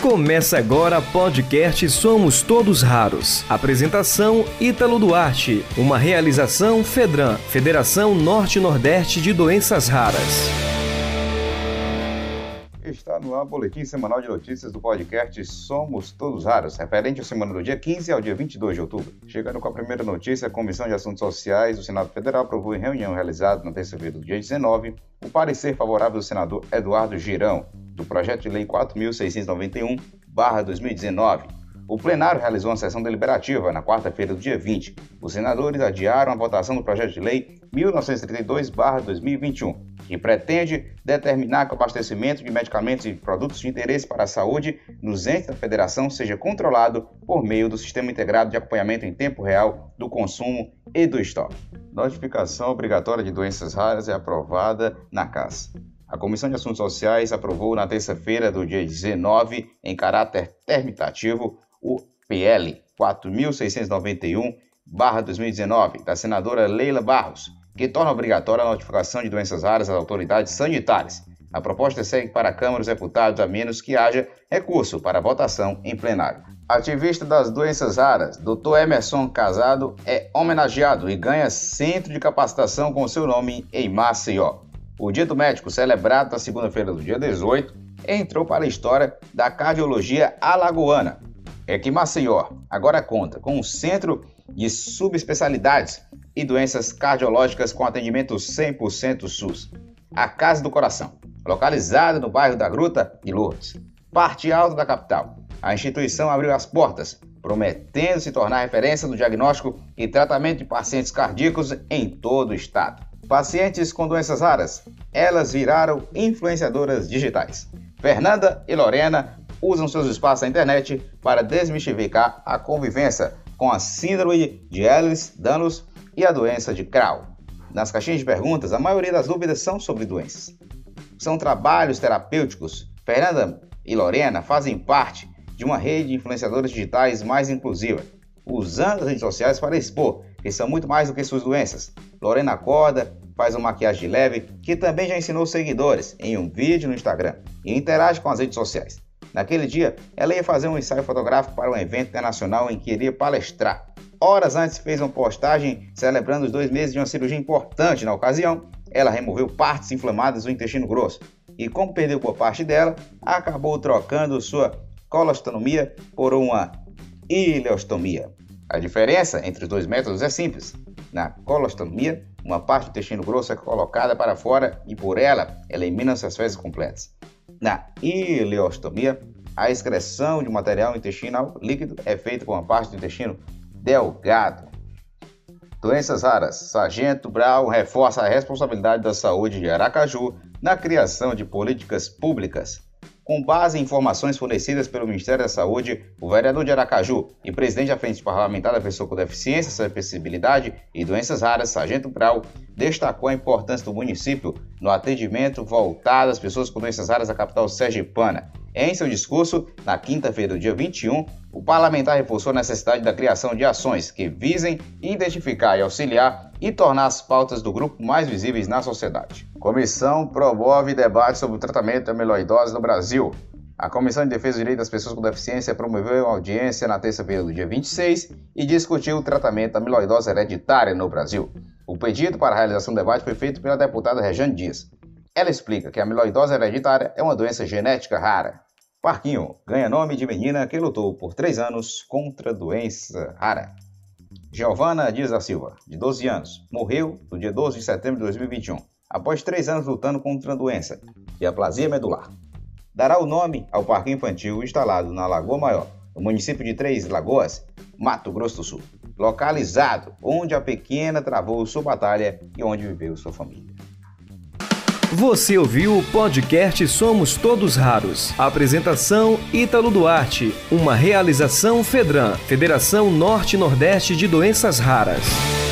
Começa agora podcast Somos Todos Raros. Apresentação Ítalo Duarte. Uma realização FEDRAN, Federação Norte-Nordeste de Doenças Raras. Está no ar o boletim semanal de notícias do podcast Somos Todos Raros, referente à semana do dia 15 ao dia 22 de outubro. Chegando com a primeira notícia, a Comissão de Assuntos Sociais do Senado Federal aprovou em reunião realizada na terça-feira do dia 19 o parecer favorável do senador Eduardo Girão, do projeto de lei 4.691/2019. O plenário realizou uma sessão deliberativa na quarta-feira do dia 20. Os senadores adiaram a votação do projeto de lei 1932/2021, que pretende determinar que o abastecimento de medicamentos e produtos de interesse para a saúde nos entes da federação seja controlado por meio do Sistema Integrado de Acompanhamento em Tempo Real do Consumo e do Estoque. Notificação obrigatória de doenças raras é aprovada na CAS. A Comissão de Assuntos Sociais aprovou na terça-feira do dia 19, em caráter terminativo, o PL 4.691/2019, da senadora Leila Barros, que torna obrigatória a notificação de doenças raras às autoridades sanitárias. A proposta segue para a Câmara dos Deputados, a menos que haja recurso para votação em plenário. Ativista das doenças raras, Dr. Emerson Casado é homenageado e ganha centro de capacitação com seu nome em Maceió. O Dia do Médico, celebrado na segunda-feira do dia 18, entrou para a história da cardiologia alagoana. É que Maceió agora conta com um centro de subespecialidades e doenças cardiológicas com atendimento 100% SUS. A Casa do Coração, localizada no bairro da Gruta de Lourdes, parte alta da capital. A instituição abriu as portas, prometendo se tornar referência no diagnóstico e tratamento de pacientes cardíacos em todo o estado. Pacientes com doenças raras, elas viraram influenciadoras digitais. Fernanda e Lorena usam seus espaços na internet para desmistificar a convivência com a síndrome de Ehlers-Danlos e a doença de Crohn. Nas caixinhas de perguntas, a maioria das dúvidas são sobre doenças. São trabalhos terapêuticos. Fernanda e Lorena fazem parte de uma rede de influenciadoras digitais mais inclusiva, usando as redes sociais para expor que são muito mais do que suas doenças. Lorena acorda, faz uma maquiagem leve, que também já ensinou seguidores em um vídeo no Instagram e interage com as redes sociais. Naquele dia, ela ia fazer um ensaio fotográfico para um evento internacional em que iria palestrar. Horas antes fez uma postagem celebrando os 2 meses de uma cirurgia importante. Na ocasião, ela removeu partes inflamadas do intestino grosso e, como perdeu boa parte dela, acabou trocando sua colostomia por uma ileostomia. A diferença entre os 2 métodos é simples. Na colostomia, uma parte do intestino grosso é colocada para fora e por ela eliminam-se as fezes completas. Na ileostomia, a excreção de um material intestinal líquido é feita com uma parte do intestino delgado. Doenças raras. Sargento Brown reforça a responsabilidade da saúde de Aracaju na criação de políticas públicas. Com base em informações fornecidas pelo Ministério da Saúde, o vereador de Aracaju e presidente da Frente Parlamentar da Pessoa com Deficiência, Acessibilidade e Doenças Raras, Sargento Brown, destacou a importância do município no atendimento voltado às pessoas com doenças raras da capital sergipana. Em seu discurso, na quinta-feira do dia 21, o parlamentar reforçou a necessidade da criação de ações que visem identificar e auxiliar e tornar as pautas do grupo mais visíveis na sociedade. Comissão promove debate sobre o tratamento da amiloidose no Brasil. A Comissão de Defesa dos Direitos das Pessoas com Deficiência promoveu uma audiência na terça-feira do dia 26 e discutiu o tratamento da amiloidose hereditária no Brasil. O pedido para a realização do debate foi feito pela deputada Rejane Dias. Ela explica que a amiloidose hereditária é uma doença genética rara. Parquinho ganha nome de menina que lutou por 3 anos contra a doença rara. Giovana Dias da Silva, de 12 anos, morreu no dia 12 de setembro de 2021, após 3 anos lutando contra a doença de aplasia medular. Dará o nome ao parque infantil instalado na Lagoa Maior, no município de Três Lagoas, Mato Grosso do Sul, localizado onde a pequena travou sua batalha e onde viveu sua família. Você ouviu o podcast Somos Todos Raros. Apresentação Ítalo Duarte. Uma realização FEDRAN, Federação Norte-Nordeste de Doenças Raras.